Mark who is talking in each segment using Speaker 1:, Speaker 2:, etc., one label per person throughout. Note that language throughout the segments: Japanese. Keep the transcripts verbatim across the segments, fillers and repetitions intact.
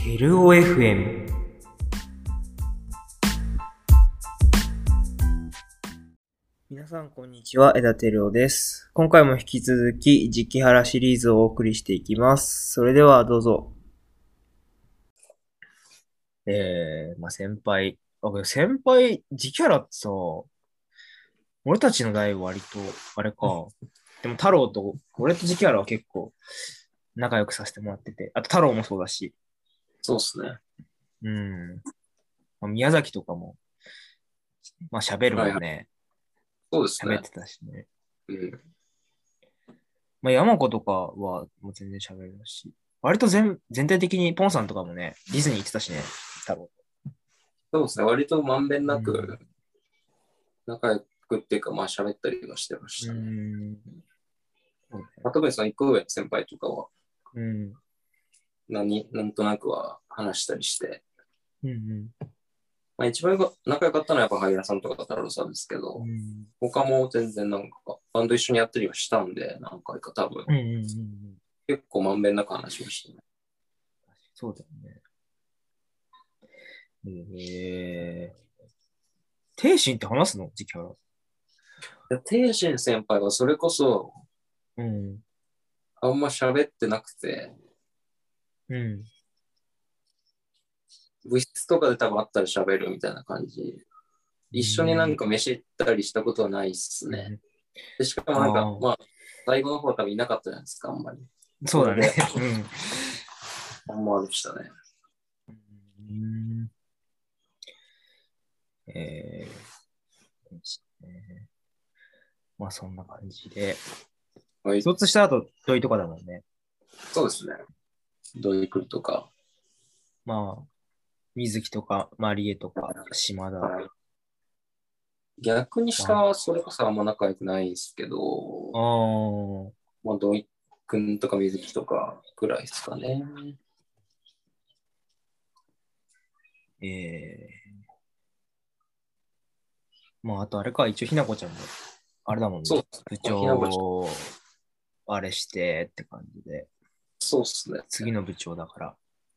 Speaker 1: テルオ エフエム。皆さんこんにちは、枝テルオです。今回も引き続き直原シリーズをお送りしていきます。それではどうぞ。えー、まあ先輩。あ、先輩、直原ってさ、俺たちの代は割と、あれか。でも太郎と、俺と直原は結構仲良くさせてもらってて、あと太郎もそうだし、
Speaker 2: そうっすね。
Speaker 1: うん。まあ、宮崎とかも、まあ喋るも
Speaker 2: はいはい。
Speaker 1: んね。
Speaker 2: そうですね。
Speaker 1: 喋ってたしね。
Speaker 2: うん。
Speaker 1: まあ山子とかはもう全然喋るし、割と全、全体的にポンさんとかもね、ディズニー行ってたしね、太郎。
Speaker 2: そうですね。割とまんべん
Speaker 1: うん。
Speaker 2: なく仲良くっていうか、まあ喋ったりはしてまし
Speaker 1: う
Speaker 2: たね。
Speaker 1: ん。そうね。
Speaker 2: まあ、特にその一個上の先輩とかは
Speaker 1: うん。
Speaker 2: 何、なんとなくは話したりして、
Speaker 1: うん。
Speaker 2: まあ一番仲良かったのはやっぱ萩原さんとか太郎さんですけ
Speaker 1: う
Speaker 2: ど、
Speaker 1: ん。
Speaker 2: 他も全然なんかバンド一緒にやったりはしたんで、何回か多分
Speaker 1: うん。うん。うん。
Speaker 2: 結構まんべんなく話しましたね。
Speaker 1: そうだよね。ええー。天心って話すの直原。
Speaker 2: で天心先輩はそれこそ
Speaker 1: うん。
Speaker 2: あんま喋ってなくて、
Speaker 1: うん。
Speaker 2: 部室とかで多分会ったら喋るみたいな感じ。
Speaker 1: う
Speaker 2: 一緒になん
Speaker 1: ん。
Speaker 2: か飯行ったりしたことはないっすね。
Speaker 1: うん。
Speaker 2: で、しかもなんか、
Speaker 1: ああ、
Speaker 2: まあ、最後の方多分いなかったじゃないですか、あんまり。
Speaker 1: そうだね。
Speaker 2: それで、
Speaker 1: うん。
Speaker 2: あんまでしたね。
Speaker 1: うん。えー、ですね。まあそんな感じで。
Speaker 2: はい。
Speaker 1: 卒した後、どういうとこだもんね。
Speaker 2: そうですね。どういう来るとか。
Speaker 1: まあ、水木とか、マリエとか、島田。
Speaker 2: はい。逆に下
Speaker 1: ま
Speaker 2: はそれこそあんま仲良くないですけど、
Speaker 1: あ、ああ、
Speaker 2: まあ、土井くんとか水木とかくらいですかね。
Speaker 1: ええまあ、あとあれか、一応ひなこちゃんも、あれだもんね。
Speaker 2: そうですね。
Speaker 1: 部
Speaker 2: まあ、ひなこちゃん、
Speaker 1: 長、あれしてって感じで。
Speaker 2: そうですね。
Speaker 1: 次の部長だから。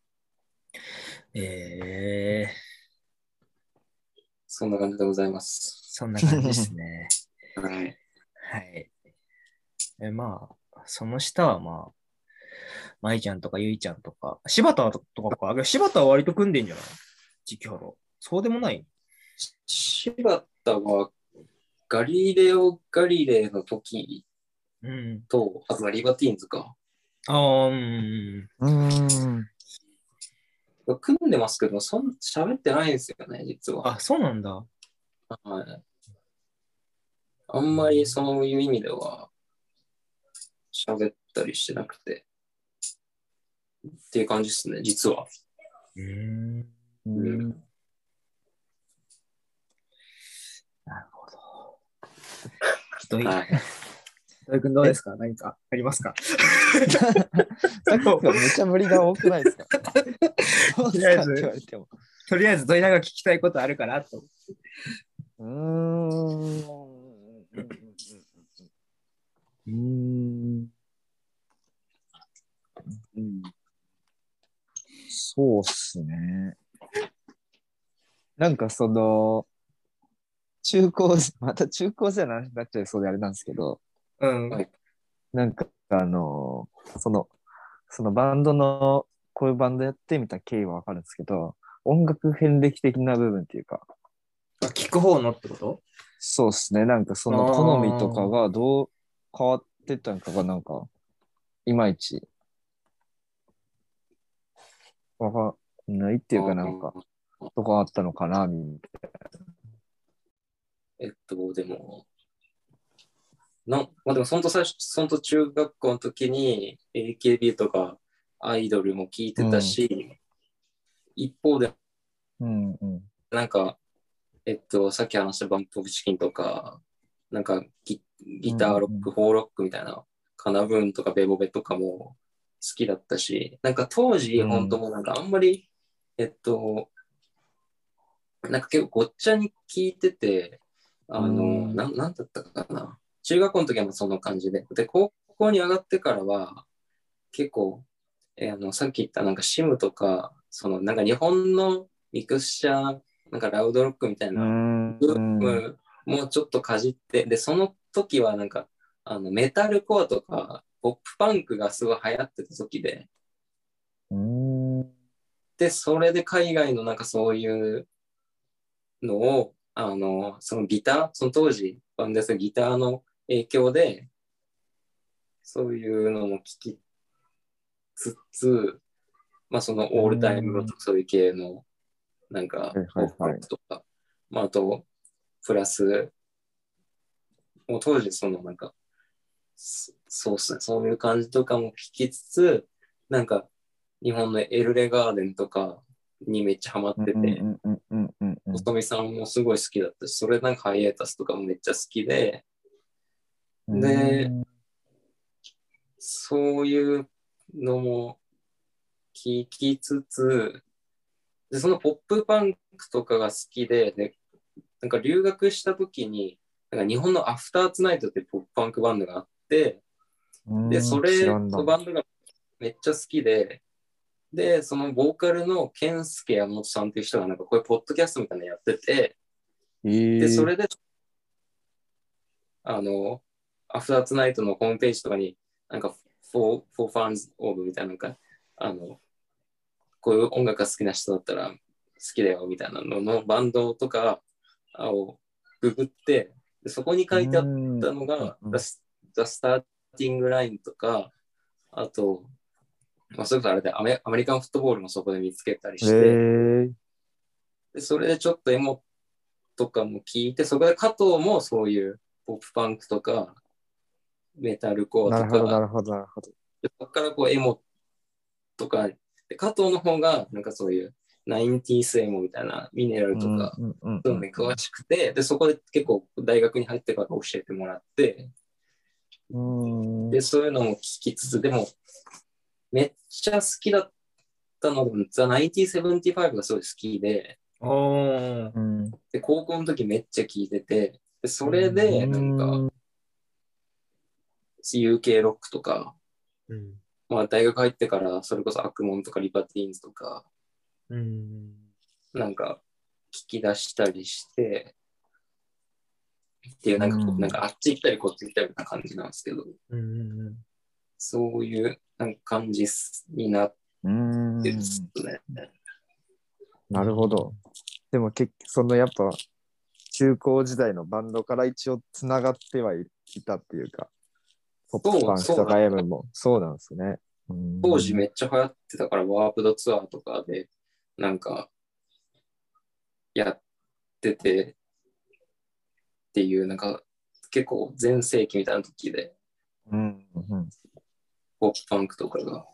Speaker 1: ええ
Speaker 2: そんな感じでございます。
Speaker 1: そんな感じですね。
Speaker 2: はい。
Speaker 1: はい。え、まあ、その下はまあ、舞ちゃんとかゆいちゃんとか、柴田とかか。あ柴田は割と組んでんじゃない直原。そうでもない。
Speaker 2: 柴田はガリレオ・ガリレイの時
Speaker 1: うん。
Speaker 2: と、あとはリバティーンズか。
Speaker 1: ああ、うん。
Speaker 3: うーん。
Speaker 2: 組んでますけど、そん喋ってないんですよね、実は。
Speaker 1: あ、そうなんだ。
Speaker 2: はい。あんまりそういう意味では喋ったりしてなくてっていう感じですね、実は。
Speaker 1: うーん。
Speaker 3: う
Speaker 2: うん。
Speaker 3: ん。
Speaker 1: なるほど。土井、
Speaker 2: はい。
Speaker 1: 土井くんどうですか何かありますか
Speaker 3: さっきからめちゃ無理が多くないですか？どうですかって言われても。
Speaker 1: とりあえず土井なんか聞きたいことあるかなと。
Speaker 3: うーん。うーん。うん。そうっすね。なんかその、中高、また中高生の話になっちゃいそうであれなんですけど、
Speaker 1: うん。
Speaker 2: はい。
Speaker 3: なんかあの、その、そのバンドの、こういうバンドやってみた経緯はわかるんですけど、音楽遍歴的な部分っていうか、
Speaker 1: あ、聞く方のってこと
Speaker 3: そうですね。なんかそ
Speaker 1: あ
Speaker 3: の好みとか
Speaker 1: あ。
Speaker 3: がどう変わってったのかがなんか、いまいちわかんないっていうかなんか、
Speaker 2: あ
Speaker 3: とかあったのかな、みたい
Speaker 2: えっと、でも、なまあ、でも、そんと最初、そんと中学校の時に エーケービー とかアイドルも聞いてた
Speaker 3: な。
Speaker 2: し、一方で、
Speaker 3: うん、うん、うん。
Speaker 2: なんか、えっと、さっき話したバンプ・オブ・チキンとか、なんかギ、ギターロック、
Speaker 3: うん、
Speaker 2: フォーロックみたいな、カナブーンとかベボベとかも好きだったし、なんか当時、
Speaker 3: うん。
Speaker 2: 本当もうなんかあんまり、えっと、なんか結構ごっちゃに聞いてて、あ
Speaker 3: う
Speaker 2: の、
Speaker 3: ん。
Speaker 2: なん、なんだったかな。中学校の時はもうそんな感じで。で、高校に上がってからは、結構、えーあの、さっき言ったなんかシムとか、 そのなんか日本のミクスチャー、なんかラウドロックみたいなブームもうちょっとかじって、で、その時はなんか、あのメタルコアとかポップパンクがすごい流行ってた時で、で、それで海外のなんかそういうのを、あの、そのギター、その当時バンドやってたギターの影響で、そういうのも聞きつつ、まあそのオールタイムロックそういう系のなんかポップロックとか、まああとプラス、もう当時そのなんか、そうっすね、そういう感じとかも聞きつつ、なんか日本のエルレガーデンとかにめっちゃハマってて、細見さんもすごい好きだったし、それなんかハイエータスとかもめっちゃ好きで、で、そういうのも聞きつつ、で、そのポップパンクとかが好きで、で、なんか留学した時に、なんか日本のアフターツナイトってポップパンクバンドがあって、で、それのバンドがめっちゃ好きで、で、そのボーカルの健介山本さんっていう人がなんかこういうポッドキャストみたいなのやってて、
Speaker 3: えー、
Speaker 2: で、それで、あの、アフターツナイトのホームページとかに、なんか、for, for fans of みたいな、なんか、あの、こういう音楽が好きな人だったら好きだよみたいなののバンドとかをググって、でそこに書いてあったのが、The Starting Line とか、あと、まあ、それこそあれでアメアメリカンフットボールもそこで見つけたりして、
Speaker 3: えー、
Speaker 2: でそれでちょっとエモとかも聞いて、そこで加藤もそういうポップパンクとか、メタルコアとか、
Speaker 3: なるほど、なるほど。
Speaker 2: そこからこうエモとか、で加藤の方がなんかそういうナインティースエモみたいなミネラルとか、そういうのに詳しくて、で、そこで結構大学に入ってから教えてもらって、で、そういうのも聞きつつ、でも、めっちゃ好きだったので、ザ・ナインティーセブンティーファイブがすごい好きで、で、高校の時めっちゃ聞いてて、でそれで、なんか、ユーケー ロックとか、うん、まあ大学入ってからそれこそアクモンとかリバティーンズとか、うん、なんか聞き出したりしてっていうなんか、うん、なんかあっち行ったりこっち行ったりな感じなんですけど、うん、そういうなんか感じになってですね。
Speaker 3: なるほど。でも結局そのやっぱ中高時代のバンドから一応つながってはいたっていうか。ポップパンクとか M もそうなんですね。
Speaker 2: 当時めっちゃ流行ってたから、ワープドツアーとかで、なんか、やってて、っていう、なんか、結構全盛期みたいな時で、
Speaker 3: うんうん、
Speaker 2: ポップパンクとかが。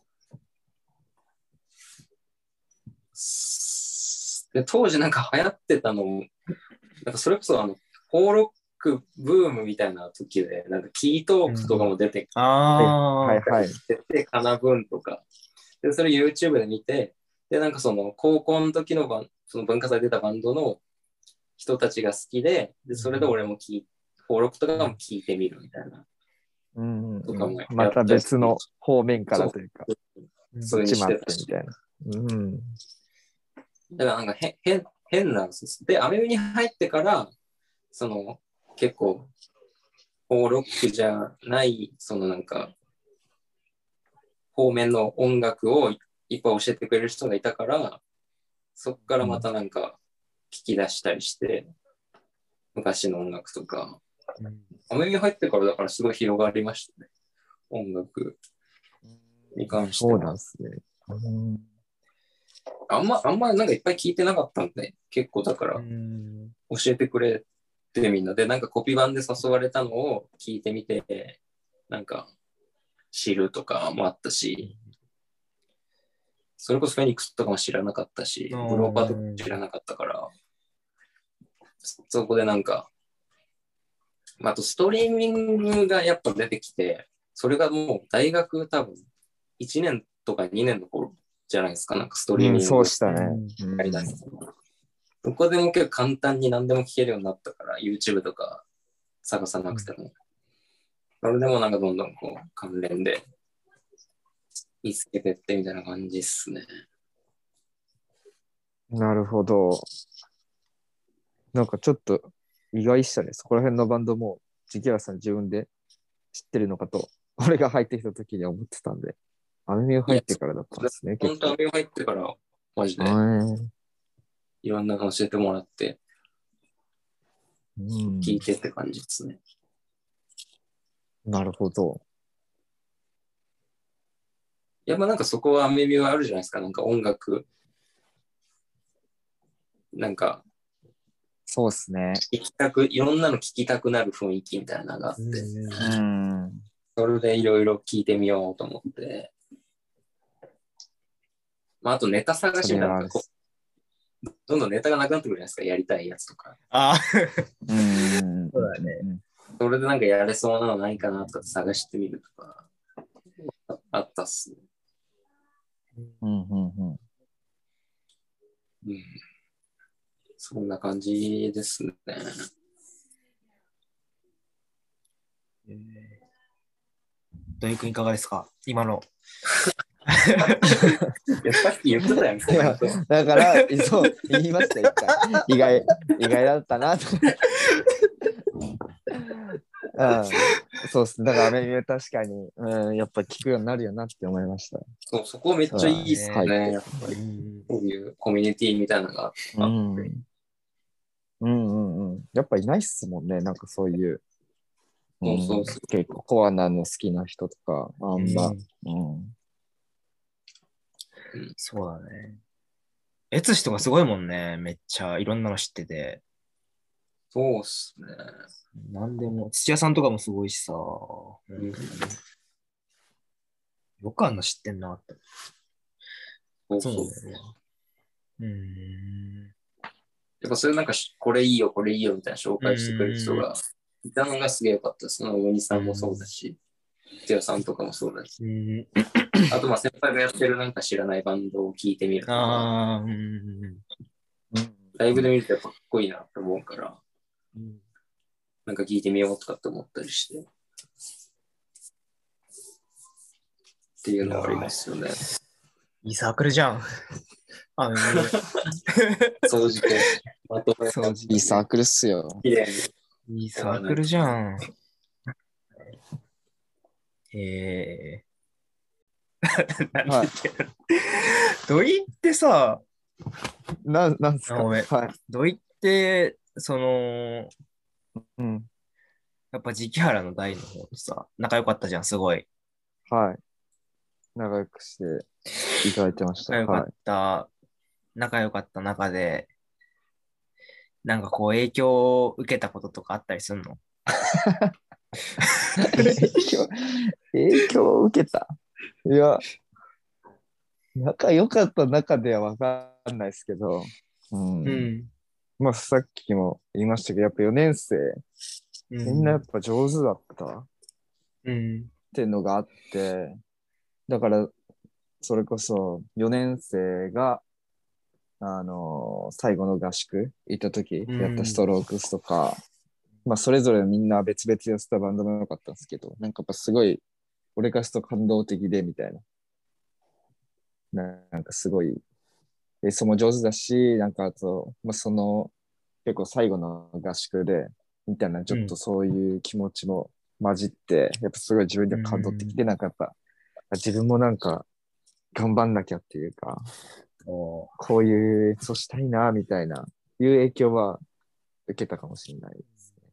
Speaker 2: で、当時なんか流行ってたのも、なんかそれこそあの、ホーロックブームみたいな時で、なんかキートークとかも出てきて、うん、
Speaker 3: はいはい。
Speaker 2: 出て、カナブーンとか。で、それ YouTube で見て、で、なんかその高校の時のバンその文化祭で出たバンドの人たちが好きで、で、それで俺も聞い、登録とかも聞いてみるみたいな。
Speaker 3: うんうん、とかもまた別の方面からというか、
Speaker 2: そっちもあって
Speaker 3: みたいな。うん。
Speaker 2: だからなんか変、変、変なんです。で、アメリカに入ってから、その結構、フォーロックじゃない、そのなんか、方面の音楽をいっぱい教えてくれる人がいたから、そっからまたなんか聞き出したりして、うん、昔の音楽とか、うん、アメリカに入ってからだからすごい広がりましたね。音楽に関しては。
Speaker 3: そうなんですね。うん
Speaker 2: あんま、あんまなんかいっぱい聞いてなかったんで、結構だから、教えてくれてみんなで、なんかコピー版で誘われたのを聞いてみて、なんか知るとかもあったし、それこそフェニックスとかも知らなかったし、ブローパーとかも知らなかったから、そこでなんか、あとストリーミングがやっぱ出てきて、それがもう大学多分いちねんとかにねんの頃じゃないですか、なんかストリーミング、うん、
Speaker 3: そうしたね。
Speaker 2: やりだす。そこでも結構簡単に何でも聞けるようになったから、YouTube とか探さなくても。うん、それでもなんかどんどんこう関連で見つけてってみたいな感じっすね。
Speaker 3: なるほど。なんかちょっと意外でしたね。そこら辺のバンドも、ジキヤさん自分で知ってるのかと、俺が入ってきた時には思ってたんで、アメミュー
Speaker 2: いや、
Speaker 3: 入ってからだったんですね、結構。
Speaker 2: 本当アメリカ入ってから、マジで
Speaker 3: はい
Speaker 2: いろんなの教えてもらって
Speaker 3: うん、
Speaker 2: 聞いてって感じですね。
Speaker 3: なるほど。
Speaker 2: やっぱなんかそこはアメミューあるじゃないですか。なんか音楽、なんか
Speaker 3: そうですね。
Speaker 2: 聞きたく、いろんなの聞きたくなる雰囲気みたいなのがあって、
Speaker 3: うん。
Speaker 2: それでいろいろ聞いてみようと思って、まあ、あとネタ探
Speaker 3: そ
Speaker 2: しみたいな
Speaker 3: れはあるっす。
Speaker 2: どんどんネタがなくなってくるじゃないですか、やりたいやつとか。
Speaker 1: ああ、
Speaker 3: うん。
Speaker 1: そうだね。
Speaker 2: それでなんかやれそうなのないかなとか探してみるとか、ああったっすね。
Speaker 3: うん。うん。うん。
Speaker 2: うん。そんな感じですね。
Speaker 1: えー土井くんいかがですか今の。
Speaker 2: いやさっき言ってたやん、コ
Speaker 3: いや
Speaker 2: メント。
Speaker 3: だから、そう、言いました、一回。意外、意外だったなと。うん、そうっす。だからアメリカ確かに、うん、やっぱ聞くようになるよなって思いました。
Speaker 2: そう、そこめっちゃいいっす
Speaker 3: はい
Speaker 2: ね。やっぱり、
Speaker 1: うん
Speaker 2: こういうコミュニティみたいなのが
Speaker 3: う
Speaker 2: あって。
Speaker 3: ん。うんうんうん。やっぱいないっすもんね。なんかそういう、うん、
Speaker 2: そうそうそ
Speaker 3: 結構コアなの好きな人とか、あんま、
Speaker 1: うん
Speaker 3: うん。
Speaker 1: そうだね。エツシとかすごいもんね。めっちゃいろんなの知ってて。
Speaker 2: そうっすね。
Speaker 1: なんでも、土屋さんとかもすごいしさ。う
Speaker 2: うん
Speaker 1: ん、よくあんな知ってんなって。そう
Speaker 2: そうそう。
Speaker 1: だよね。うーん。
Speaker 2: やっぱそれなんかし、これいいよ、これいいよみたいな紹
Speaker 1: う
Speaker 2: 介してくれる人
Speaker 1: ーん。
Speaker 2: がいたのがすげえよかったです。その大西
Speaker 1: う
Speaker 2: さんもそうだし、ティアさんとかもそうだし。
Speaker 1: ん。
Speaker 2: あとまあ先輩がやってるなんか知らないバンドを聞いてみるとか、
Speaker 1: ああ、うん。
Speaker 2: ライブで見るとやっぱかっこいいなって思うから、
Speaker 1: うん
Speaker 2: なんか聞いてみようとかって思ったりして。っていうのはありますよね。
Speaker 1: いいサークルじゃん。あ、ね、
Speaker 2: 掃除でまとめ
Speaker 1: 掃除
Speaker 3: いいサークルっすよ。
Speaker 2: きれいに。
Speaker 1: いいサークルじゃん。えー、なん
Speaker 3: はい
Speaker 1: だっけ。土井ってさ、
Speaker 3: な、なんすか。
Speaker 1: あごめん。
Speaker 3: はい。
Speaker 1: 土井って、その、
Speaker 3: うん。
Speaker 1: やっぱ直原の代の方とさ、仲良かったじゃん、すごい。
Speaker 3: はい。仲良くしていただいてました。
Speaker 1: 仲良かっ
Speaker 3: はい。
Speaker 1: た、仲良かった中で、なんかこう影響を受けたこととかあったりするの？
Speaker 3: 影響、影響を受けた。いや、仲良かった中ではわかんないですけど、う。
Speaker 1: うんん。
Speaker 3: まあ、さっきも言いましたけど、やっぱよねん生、
Speaker 1: う
Speaker 3: みんなやっ
Speaker 1: ん。
Speaker 3: ぱ上手だったっ
Speaker 1: うん。
Speaker 3: ていうのがあって、だから、それこそよねん生が、あのー最後の合宿行った時
Speaker 1: う
Speaker 3: やったス
Speaker 1: ん。
Speaker 3: トロークスとか、まあ、それぞれみんな別々でやってたバンドも良かったんですけど、なんかやっぱすごい、俺からすると感動的でみたいな。なんかすごい、演奏も上手だし、なんかあと、まあ、その、結構最後の合宿で、みたいな、ちょっとそういう気持ちも混じって、やっぱすごい自分で
Speaker 1: う
Speaker 3: 感動的
Speaker 1: ん。
Speaker 3: で、なんかやっぱ、自分もなんか頑張んなきゃっていうか、
Speaker 1: おー、
Speaker 3: こういう演奏したいな、みたいな、いう影響は受けたかもしれないですね。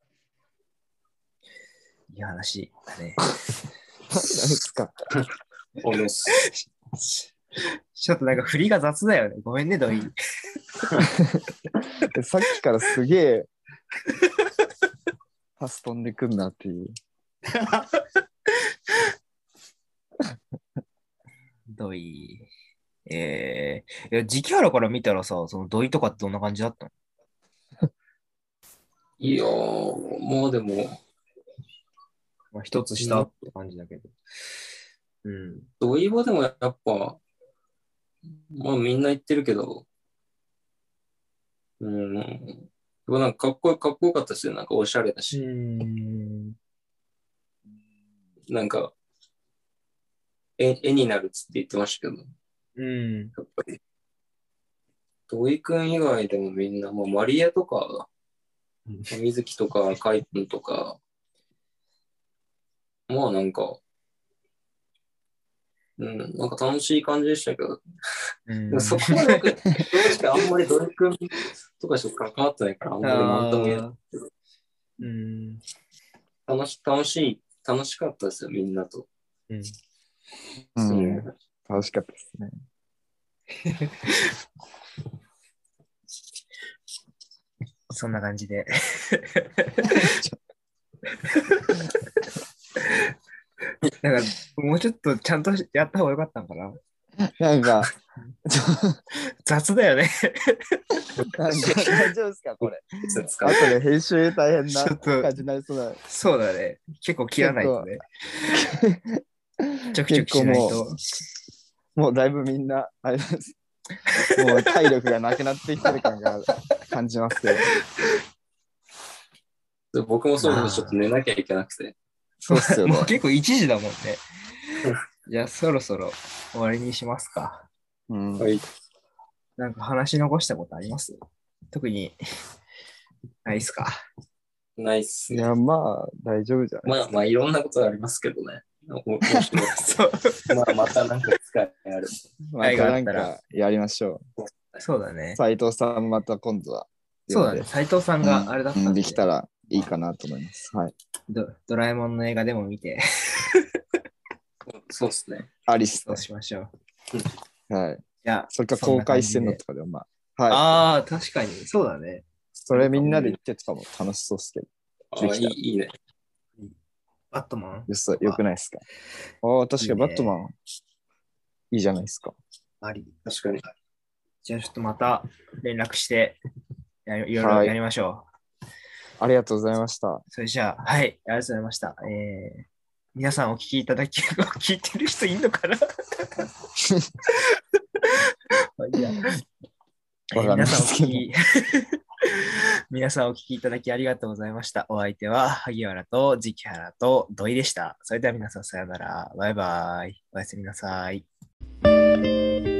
Speaker 1: いい話だね。
Speaker 3: 何ですか？
Speaker 2: おです。
Speaker 1: ちょっとなんか振りが雑だよね。ごめんね、土井。
Speaker 3: さっきからすげえパス飛んでくんなっていう。
Speaker 1: 土井。えー、いや、直原から見たらさ、その土井とかってどんな感じだったの？
Speaker 2: いやー、もうでも、
Speaker 1: まあ、一つ下って感じだけど。うん。
Speaker 2: ドイボでもやっぱ、まあみんな言ってるけど、うん、でもなんかかっこよかっこよかったですよ。なんかおしゃれだ
Speaker 1: う
Speaker 2: し、
Speaker 1: ん。
Speaker 2: なんか絵絵になるっつって言ってましたけど、や
Speaker 1: うん。
Speaker 2: っぱり土井くん以外でもみんな、もうマリエとか、
Speaker 1: うん
Speaker 2: 水木とか、カイ君とか、まあなんか、うん、なんか楽しい感じでしたけど、
Speaker 1: うん
Speaker 2: でもそこまで僕、正直あんまり土井くんとかしか関わってないから、あんまりなんとも言えない
Speaker 1: あーうん。
Speaker 2: 楽し、楽しい、楽しかったですよ、みんなと。
Speaker 1: うん。
Speaker 3: うん。
Speaker 2: うん
Speaker 3: 楽しかったですね。
Speaker 1: そんな感じで。なんか、もうちょっとちゃんとやった方がよかったのかな。
Speaker 3: なんか、ちょ
Speaker 1: 雑だよね。
Speaker 3: なんか大丈夫ですかこれ。
Speaker 2: 別に使う
Speaker 3: 後で編集大変な
Speaker 1: ちょっと
Speaker 3: 感じになりそうだ。
Speaker 1: そうだね。結構切らないとね。ちょくちょくしないと。
Speaker 3: もうだいぶみんな、あれです。もう体力がなくなってきてる感が感じますけど。
Speaker 2: 僕もそういうのちょっと寝なきゃいけなくて。
Speaker 3: そうっすよね
Speaker 1: もう。結構いちじだもんね。じゃあそろそろ終わりにしますか。
Speaker 3: うん、
Speaker 2: はい。
Speaker 1: なんか話し残したことあります？特にないっすか。
Speaker 2: ナイス。
Speaker 3: いや、まあ、大丈夫じゃない
Speaker 2: まあまあいろんなことありますけどね。お面白い
Speaker 1: そう。
Speaker 2: まあまたなんか使いある。
Speaker 3: またなんかやりましょ
Speaker 1: そうだね
Speaker 3: う。。斉藤さんまた今度は
Speaker 1: そうだね。斉藤さんがあれだったんで、
Speaker 3: うんできたらいいかなと思います。はい。
Speaker 1: ドドラえもんの映画でも見て、
Speaker 2: そうですね。
Speaker 3: アリス
Speaker 1: そうしましょう。
Speaker 3: はい。
Speaker 1: じゃあ、
Speaker 3: それか公開してんのとかでもまあ。はい。
Speaker 1: ああ、確かに。そうだね。
Speaker 3: それみんなで行ってとかも楽しそうっすけど。
Speaker 2: ああ、いいいいね。
Speaker 1: バットマン
Speaker 3: よそよくないですか？ああ、確かにバットマンいいじゃないですか。
Speaker 1: あり。
Speaker 2: 確かに。
Speaker 1: じゃあちょっとまた連絡してやいろい
Speaker 3: はい
Speaker 1: ろやりましょう。
Speaker 3: ありがとうございました。
Speaker 1: それじゃあ、はい、ありがとうございました。えー、皆さんお聞きいただき、聞いてる人いんのかなまあいいやえー
Speaker 3: わかんない
Speaker 1: 皆さんお
Speaker 3: ですけど
Speaker 1: 聞き、皆さんお聞きいただきありがとうございました。お相手は萩原と直原と土井でした。それでは皆さんさようなら。バイバイ。おやすみなさい。